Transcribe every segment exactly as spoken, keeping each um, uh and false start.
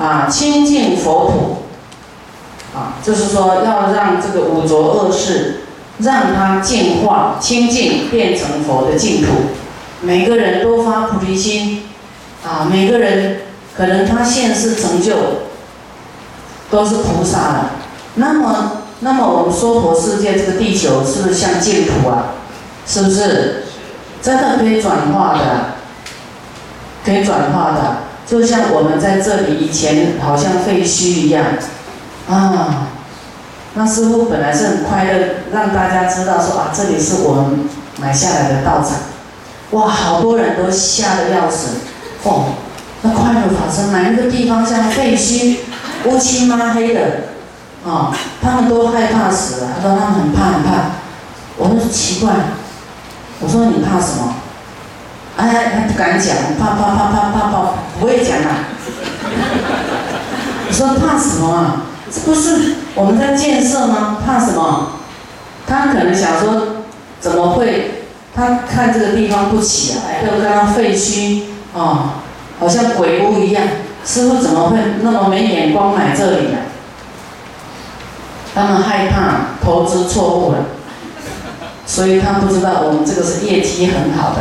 啊清净佛土，啊，就是说要让这个五浊恶世，让它净化清净，变成佛的净土。每个人都发菩提心，啊，每个人可能他现世成就都是菩萨了。那么，那么我们娑婆世界这个地球是不是像净土啊？是不是？真的可以转化的，可以转化的。就像我们在这里以前好像废墟一样，啊，那师父本来是很快乐，让大家知道说啊，这里是我们买下来的道场。哇，好多人都吓得要死，哦，那快乐法身来那个地方像废墟，乌漆抹黑的，啊，他们都害怕死了。他说他们很怕很怕。我说奇怪，我说你怕什么？哎，他不敢讲，怕怕怕怕怕怕，不会讲啊。我说怕什么啊？这不是我们在建设吗？怕什么？他可能想说，怎么会？他看这个地方不起来，就刚刚废墟哦，好像鬼屋一样。师父怎么会那么没眼光买这里啊？他们害怕投资错误了，所以他不知道我们这个是业绩很好的。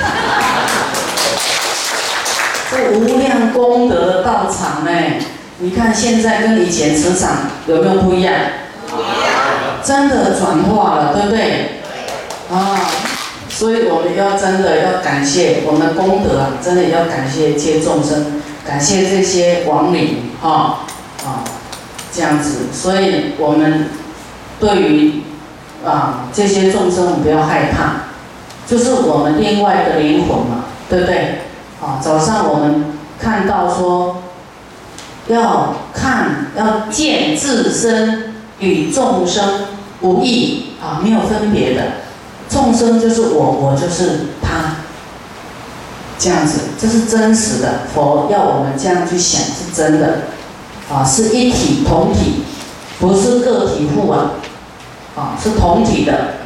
这无量功德的道场呢，你看现在跟以前磁场有没有不一样？不一样，真的转化了，对不对？啊。所以我们要真的要感谢我们的功德啊，真的要感谢一切众生，感谢这些亡灵啊啊，这样子。所以我们对于啊这些众生，我们不要害怕，就是我们另外的灵魂嘛，对不对？啊，早上我们看到说，要看要见自身与众生无异啊，没有分别的。众生就是我，我就是他，这样子，这是真实的。佛要我们这样去想，是真的，啊，是一体同体，不是个体户啊，啊，是同体的。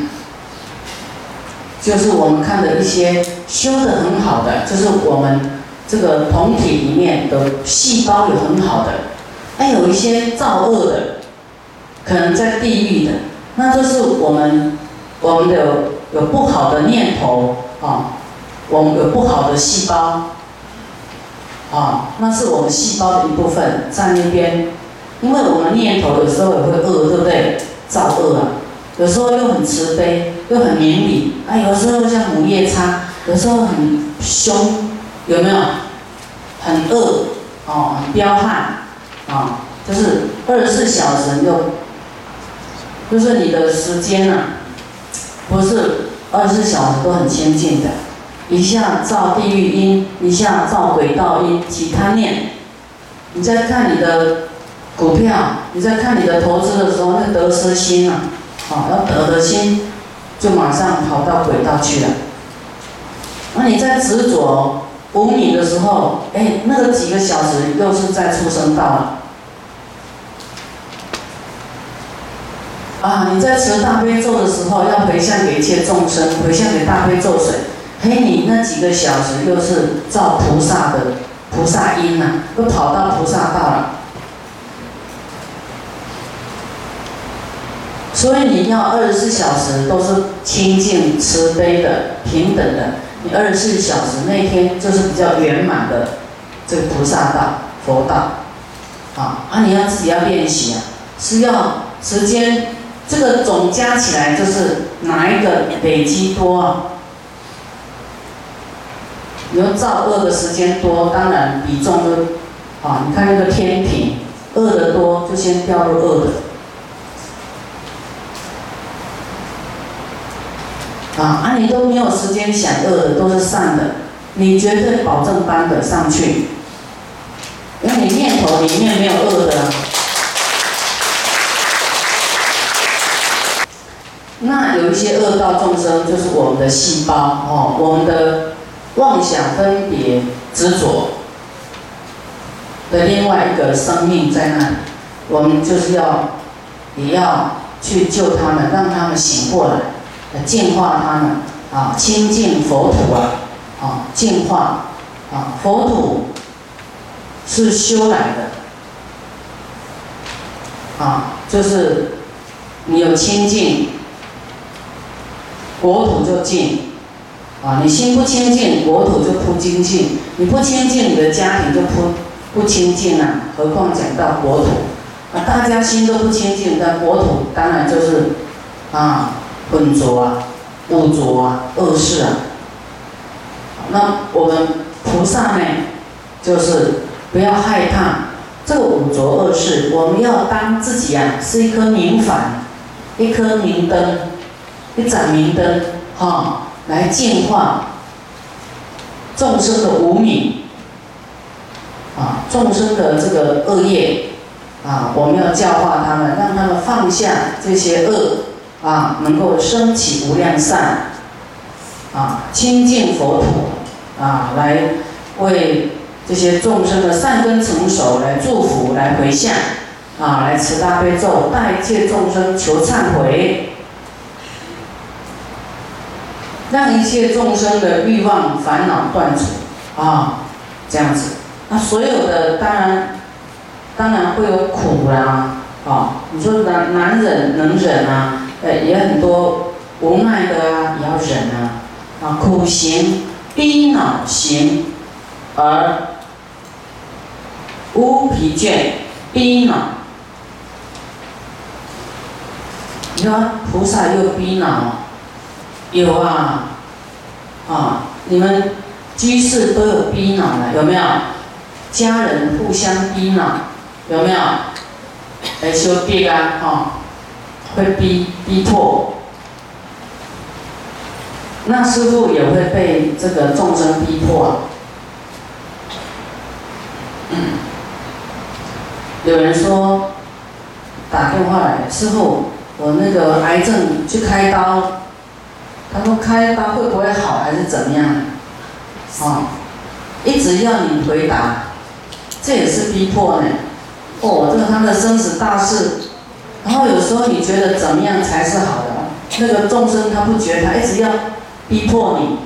就是我们看的一些修得很好的，就是我们这个同体里面的细胞有很好的，还有一些造恶的，可能在地狱的，那就是我们。我们有有不好的念头啊，我们有不好的细胞啊，那是我们细胞的一部分在那边，因为我们念头有时候也会恶，对不对？造恶啊，有时候又很慈悲，又很明理，啊，有时候像母夜叉，有时候很凶，有没有？很恶哦，很彪悍啊，就是二十四小时又，就是你的时间啊。不是二十四小时都很清净的，一下造地狱因，一下造鬼道因，起贪念。你在看你的股票，你在看你的投资的时候，那得失心啊，啊，要得的心，就马上跑到鬼道去了。那你在执着无明的时候，哎，那个几个小时又是在畜生道了。啊，你在持大悲咒的时候，要回向给一切众生，回向给大悲咒水。嘿，你那几个小时又是造菩萨的菩萨因呐、啊，又跑到菩萨道了。所以你要二十四小时都是清净慈悲的、平等的。你二十四小时那天就是比较圆满的这个菩萨道、佛道。啊，啊，你要自己要练习啊，是要时间。这个总加起来就是哪一个累积多啊？你要造恶的时间多，当然比重就啊，你看那个天平，恶的多就先掉入恶的。啊，啊你都没有时间想恶的，都是善的，你绝对保证班的上去，因为你念头里面没有恶的、啊。那有一些恶道众生，就是我们的细胞哦，我们的妄想、分别、执着的另外一个生命在那里，我们就是要也要去救他们，让他们醒过来，净化他们啊，清净佛土啊，啊，净化啊，佛土是修来的，啊，就是你有清净，国土就净，啊，你心不清净，国土就不清净，你不清净，你的家庭就不不清净啊，何况讲到国土，啊，大家心都不清净，但国土当然就是啊浑浊啊、污浊啊、恶事啊。那我们菩萨呢，就是不要害怕这个五浊恶世，我们要当自己啊是一颗明矾，一颗明灯，一盏明灯，哈、哦，来净化众生的无明，啊，众生的这个恶业，啊，我们要教化他们，让他们放下这些恶，啊，能够升起无量善，啊，清净佛土，啊，来为这些众生的善根成熟，来祝福，来回向，啊，来持大悲咒，代一切众生求忏悔，让一切众生的欲望烦恼断除，啊，这样子。那所有的当然，当然会有苦啦，啊，你说难难忍能忍啊，呃，也很多无奈的啊，也要忍啊，啊，苦行逼恼行，而无疲倦，逼恼。你说菩萨又逼恼，有啊，啊，你们居士都有逼恼的，有没有？家人互相逼恼，有没有？来修逼啊，哦，会逼逼迫。那师父也会被这个众生逼迫啊。嗯，有人说打电话来，师父，我那个癌症去开刀，他说开刀会不会好还是怎么样？哦，一直要你回答，这也是逼迫呢。哦，这个他的生死大事，然后有时候你觉得怎么样才是好的，那个众生他不觉得，他一直要逼迫你。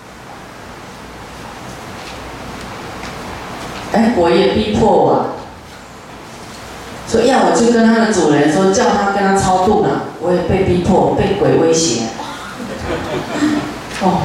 哎，我也逼迫我、啊，所以要我去跟他的主人说，叫他跟他超度了，我也被逼迫，被鬼威胁。哦，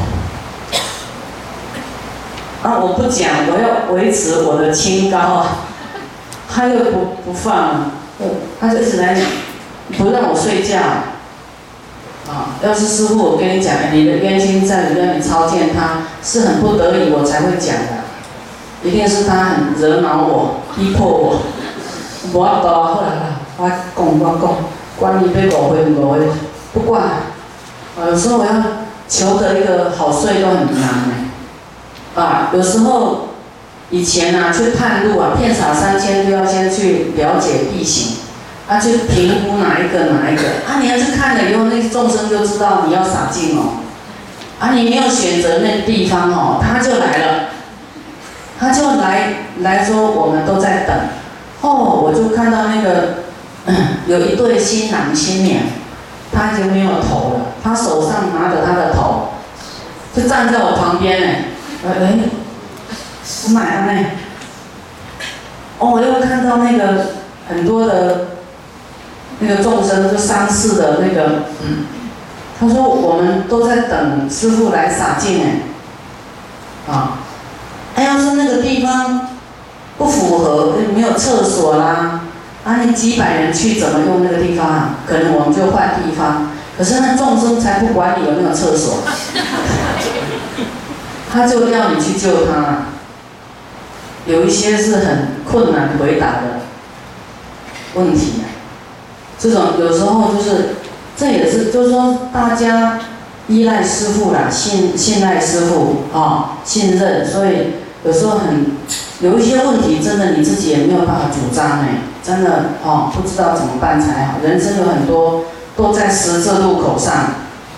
啊，我不讲，我要维持我的清高啊，他又不不放，他就一直来不让我睡觉。啊，要是师父我跟你讲，你的冤亲债主让你超荐他，是很不得已我才会讲的，一定是他很惹恼我，逼迫我。无法度啊，好啦啦，我讲我讲，管你要误会唔误会，不管。啊，有时候我要求得一个好睡都很难哎。啊，有时候以前啊去探路啊，遍洒三千都要先去了解地形，啊去评估哪一个哪一个，啊你要去看了以后，那些众生就知道你要洒净哦。啊你没有选择那个地方哦，他就来了，他就来来说我们都在等。哦，我就看到那个、嗯、有一对新郎新娘，他已经没有头了，他手上拿着他的头，就站在我旁边哎，哎，我买了呢。哦，我又看到那个很多的那个众生就丧事的那个，嗯，他说我们都在等师父来洒净哎，啊，哎要是那个地方不符合，没有厕所啦，啊，你几百人去怎么用那个地方啊？可能我们就换地方。可是那众生才不管你有没有厕所，他就要你去救他。有一些是很困难回答的问题啊，这种有时候就是，这也是就是说大家依赖师父啦，信信赖师父啊、哦，信任，所以有时候很。有一些问题真的你自己也没有办法主张哎，真的哦，不知道怎么办才好。人生有很多都在十字路口上，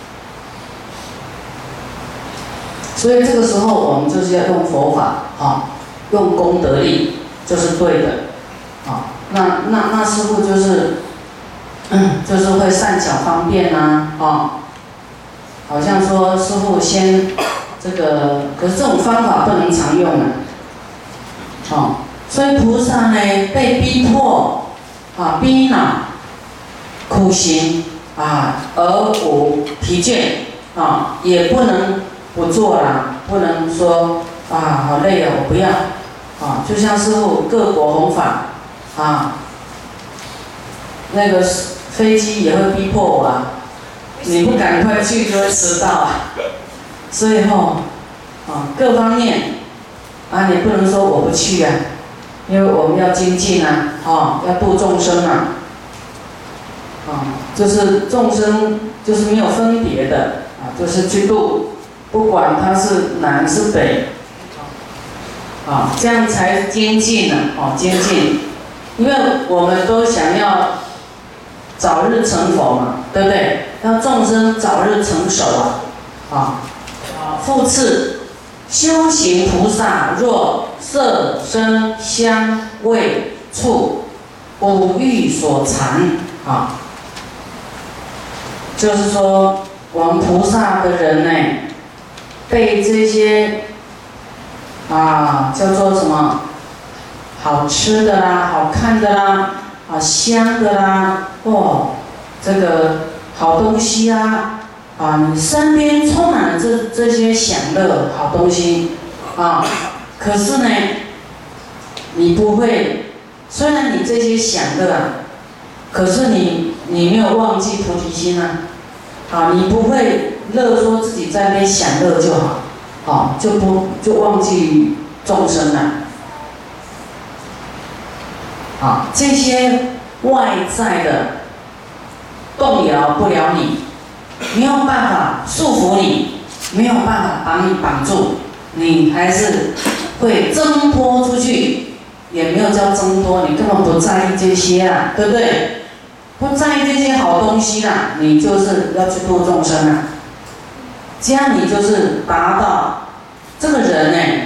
所以这个时候我们就是要用佛法啊、哦，用功德力就是对的啊、哦。那那那师父就是，嗯，就是会善巧方便呐、啊，哦，好像说师父先这个，可是这种方法不能常用啊。哦， 所以菩萨呢被逼迫啊，逼恼苦行啊，而无疲倦啊，也不能不做啦，不能说啊好累啊，我不要啊，就像师父各国弘法啊，那个飞机也会逼迫我啊，你不赶快去就会迟到啊，所以吼啊各方面啊，你不能说我不去啊，因为我们要精进啊，啊要度众生啊。啊，就是众生，就是没有分别的啊，就是去度，不管他是南是北，啊，这样才精进呢，哦，精进，因为我们都想要早日成佛嘛，对不对？要众生早日成熟啊，啊，啊，复次，修行菩萨若色声香味触五欲所缠啊。就是说，我们菩萨的人呢，被这些啊叫做什么好吃的啦、好看的啦、啊香的啦，哦，这个好东西啊，啊，你身边充满了这这些享乐好东西啊，可是呢，你不会，虽然你这些享乐啊，可是你你没有忘记菩提心啊。啊，你不会乐说自己在那边享乐就好，啊，就不就忘记众生了。啊，这些外在的动摇不了你，没有办法束缚你，没有办法把你绑住，你还是会挣脱出去，也没有叫挣脱，你根本不在意这些啊，对不对？不在意这些好东西啦，你就是要去度众生啦。这样你就是达到这个人呢，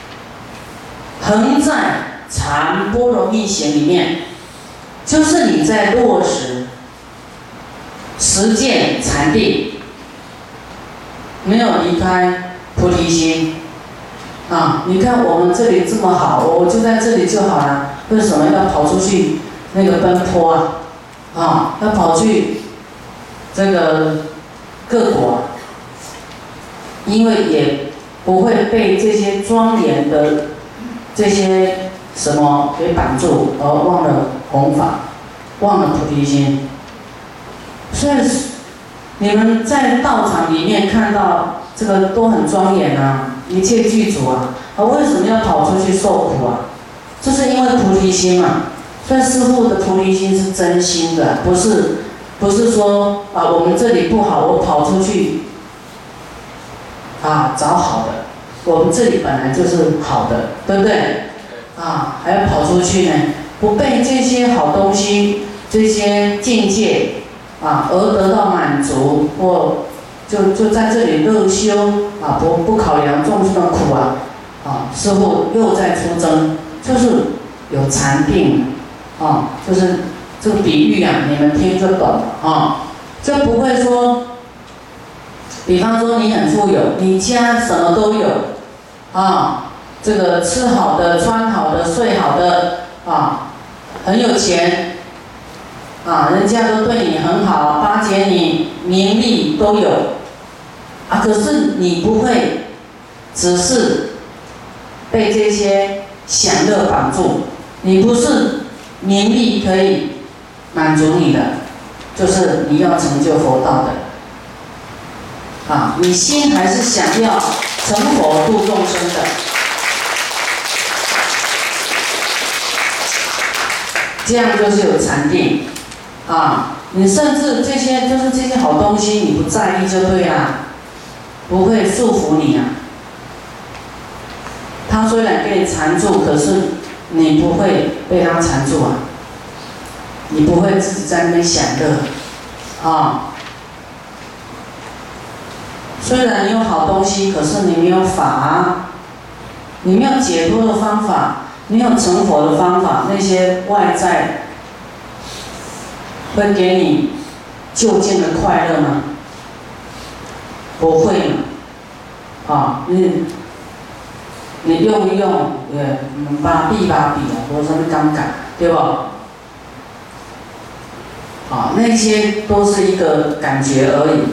横在禅般若密行里面，就是你在落实实践禅定，没有离开菩提心啊。你看我们这里这么好，我就在这里就好了，为什么要跑出去那个奔波啊？啊，要跑去这个各国，因为也不会被这些庄严的这些什么给绑住，而忘了弘法，忘了菩提心。所以你们在道场里面看到这个都很庄严啊，一切具足啊，啊为什么要跑出去受苦啊？就是因为菩提心嘛。所以师父的菩提心是真心的，不是不是说啊我们这里不好，我跑出去啊找好的，我们这里本来就是好的，对不对？啊还要跑出去呢，不被这些好东西、这些境界啊而得到满足，或就就在这里乐修啊，不不考量众生的苦啊，啊师父又在出征，就是有禅定。啊，就是这个比喻啊，你们听就懂了啊。就不会说，比方说你很富有，你家什么都有，啊，这个吃好的、穿好的、睡好的，啊，很有钱，啊，人家都对你很好，巴结你，名利都有，啊，可是你不会，只是被这些享乐绑住，你不是。名利可以满足你的，就是你要成就佛道的，啊，你心还是想要成佛度众生的，这样就是有禅定，啊，你甚至这些就是这些好东西你不在意就对啦，不会束缚你啊。他虽然给你缠住，可是。你不会被他缠住啊，你不会自己在那边享乐，啊。虽然你有好东西，可是你没有法，你没有解脱的方法，没有成佛的方法，那些外在会给你就近的快乐吗？不会嘛，啊，你你用一用，也麻痹麻痹啊，无什么感觉，对不？啊，那些都是一个感觉而已。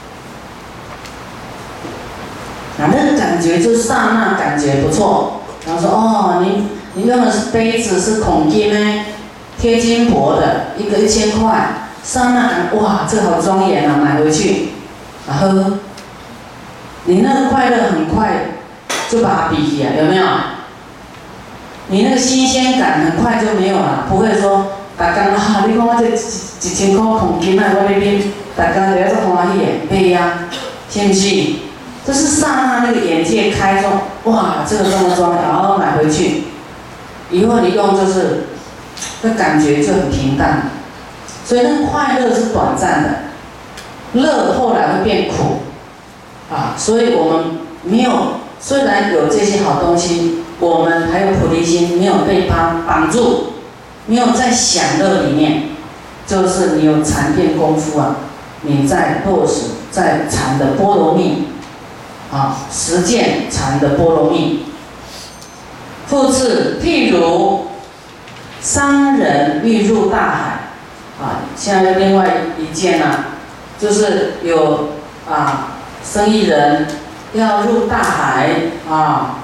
啊，那个感觉就是刹那感觉不错。然后说哦，你你用的杯子是孔金呢，贴金箔的，一个一千块，刹那感哇，这个好庄严啊，买回去，然后你那个快乐很快就把它比起来，有没有？你那个新鲜感很快就没有了，不会说大家啊，你看我这一一千块孔金啊，我那边大家都要做欢喜的，对呀，是不是？这是刹那那个眼界开说，哇，这个这么装，然后买回去，以后你用就是，那感觉就很平淡，所以那个快乐是短暂的，乐后来会变苦，啊，所以我们没有，虽然有这些好东西，我们还有菩提心，没有被它绑住，没有在享乐里面，就是你有禅定功夫啊，你在落实在禅的波罗蜜。啊，实践禅的波罗蜜。复次，譬如商人欲入大海，啊，现在另外一件啊，就是有啊生意人要入大海啊，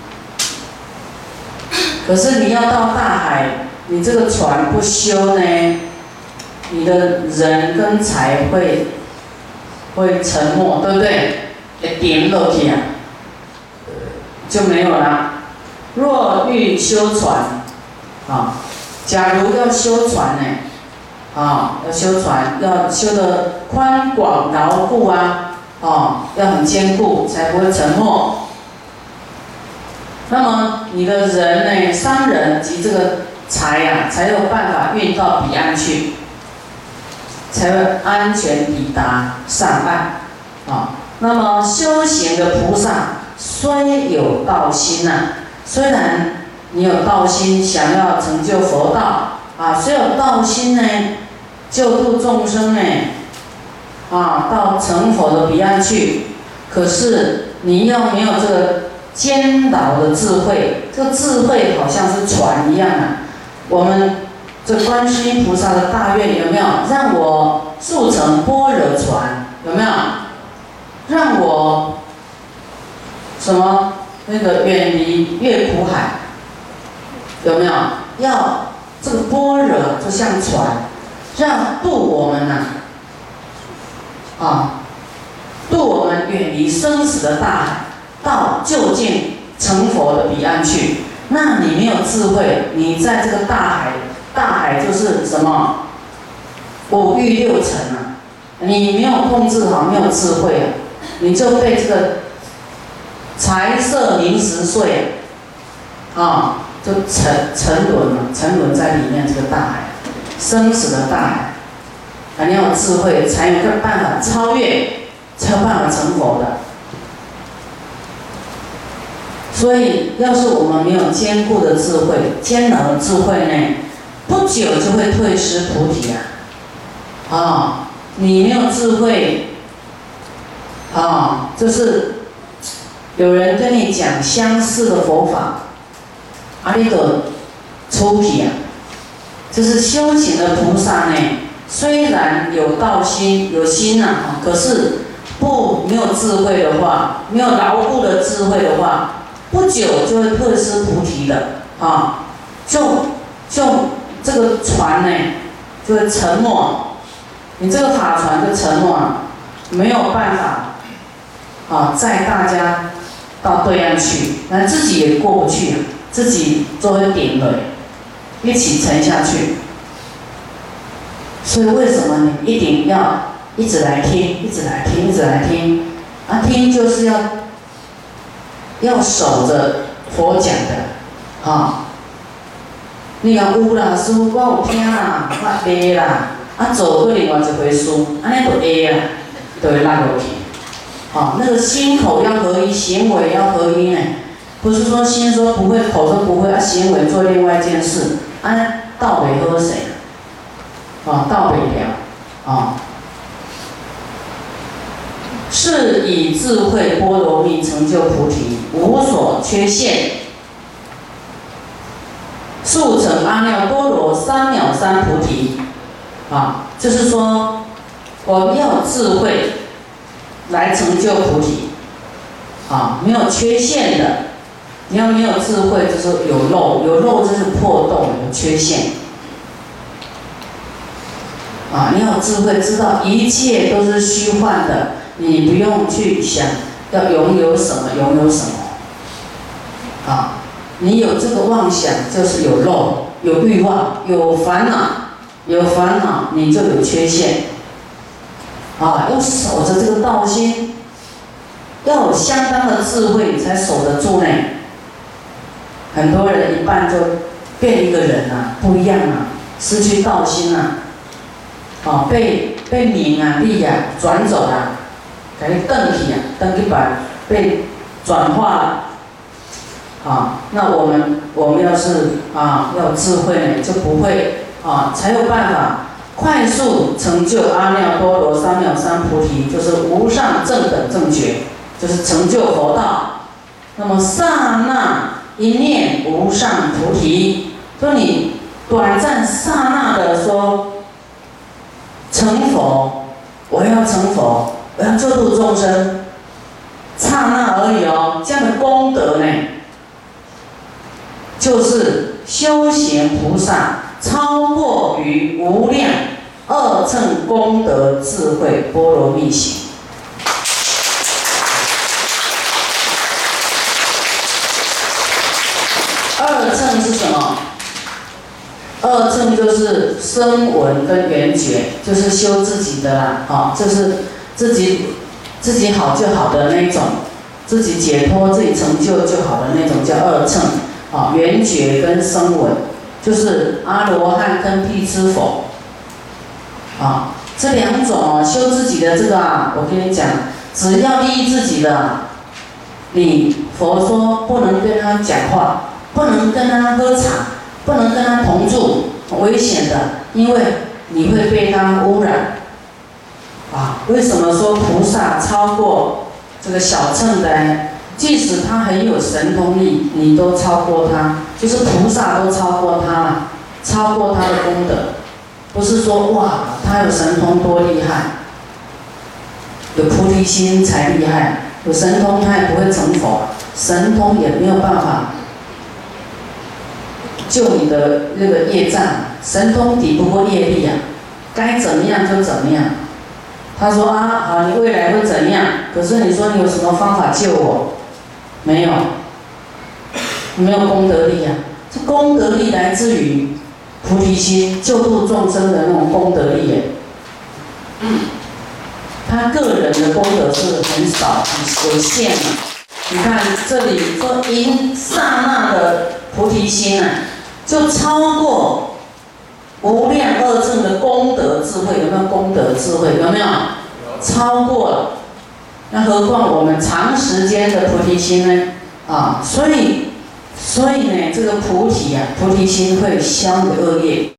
可是你要到大海，你这个船不修呢，你的人跟财会会沉没，对不对？会点落去啊，就没有了。若欲修船，啊，假如要修船呢，啊，要修船，要修得宽广牢固啊，啊，要很坚固，才不会沉没。那么你的人呢，商人及这个财呀、啊，才有办法运到彼岸去，才会安全抵达上岸，啊。那么修行的菩萨虽有道心呐、啊，虽然你有道心，想要成就佛道啊，虽有道心呢，救度众生呢，啊，到成佛的彼岸去，可是你要没有这个坚牢的智慧，这个智慧好像是船一样啊。我们这观世音菩萨的大愿有没有让我速成般若船？有没有？让我什么那个远离越苦海，有没有？要这个般若就像船，让渡我们呐、啊，啊，渡我们远离生死的大海，到就近成佛的彼岸去。那你没有智慧，你在这个大海，大海就是什么？五欲六尘啊，你没有控制好，没有智慧啊。你就被这个财色名食睡啊，就沉沉沦了，沉沦在里面这个大海，生死的大海啊！你要有智慧，才有个办法超越，才有办法成佛的。所以，要是我们没有坚固的智慧、坚牢的智慧呢，不久就会退失菩提啊！啊，你没有智慧。啊，就是有人跟你讲相似的佛法，啊，你就出去啊。就是修行的菩萨呢，虽然有道心、有心呐、啊，可是不没有智慧的话，没有牢固的智慧的话，不久就会退失菩提的啊，就就这个船呢，就会沉没，你这个法船就沉没了，没有办法。啊，载大家到对岸去，那自己也过不去啊，自己就会点了，一起沉下去。所以为什么你一定要一直来听，一直来听，一直来听？啊，听就是要要守着佛讲的，啊，你讲有啦，师父我有听啦，我会啦，啊做过另外一回事，安尼就会啦，就会落落去。啊，那个心口要合一，行为要合一呢，不是说心说不会，口说不会，啊，行为做另外一件事，啊，道北喝谁？啊，道北了，啊， 是以智慧波罗蜜成就菩提，无所缺陷，速成阿耨多罗三藐三菩提。啊，就是说，我们要有智慧来成就菩提，啊，没有缺陷的。你要没有智慧，就是有漏，有漏就是破洞，有缺陷。啊，你要有智慧，知道一切都是虚幻的，你不用去想要拥有什么，拥有什么。啊，你有这个妄想，就是有漏，有欲望，有烦恼，有烦恼你就有缺陷。啊，要守着这个道心，要有相当的智慧才守得住呢。很多人一半就变一个人啊，不一样啊，失去道心啊，哦，被被名啊、利啊转走了，给你蹬去啊，蹬去把被转化了，啊，那我们我们要是啊要有智慧呢，就不会啊，才有办法快速成就阿耨多罗三藐三菩提，就是无上正等正觉，就是成就佛道。那么刹那一念无上菩提，说你短暂刹那的说成佛，我要成佛，我要救度众生，刹那而已哦。这样的功德呢，就是修行菩萨超过于无量二乘功德智慧波罗蜜行。二乘是什么？二乘就是声闻跟缘觉，就是修自己的啦，哦，就是自己自己好就好的那种，自己解脱、自己成就就好的那种叫二乘。啊，缘觉跟声闻，就是阿罗汉跟辟支佛。啊，这两种修自己的这个啊，我跟你讲，只要利益自己的，你佛说不能跟他讲话。不能跟他喝茶，不能跟他同住，危险的，因为你会被他污染。啊，为什么说菩萨超过这个小乘的呢？即使他很有神通力，你都超过他，就是菩萨都超过他了，超过他的功德。不是说哇，他有神通多厉害，有菩提心才厉害，有神通他也不会成佛，神通也没有办法救你的那个业障，神通抵不过业力啊，该怎么样就怎么样。他说啊，好，你未来会怎样？可是你说你有什么方法救我？没有，没有功德力啊。这功德力来自于菩提心，救度众生的那种功德力耶。嗯，他个人的功德是很少、很有限的。你看这里说因刹那的菩提心啊，就超过无量二乘的功德智慧。有没有功德智慧？有没有？超过了。那何况我们长时间的菩提心呢？啊，所以，所以呢，这个菩提啊，菩提心会消你的恶业。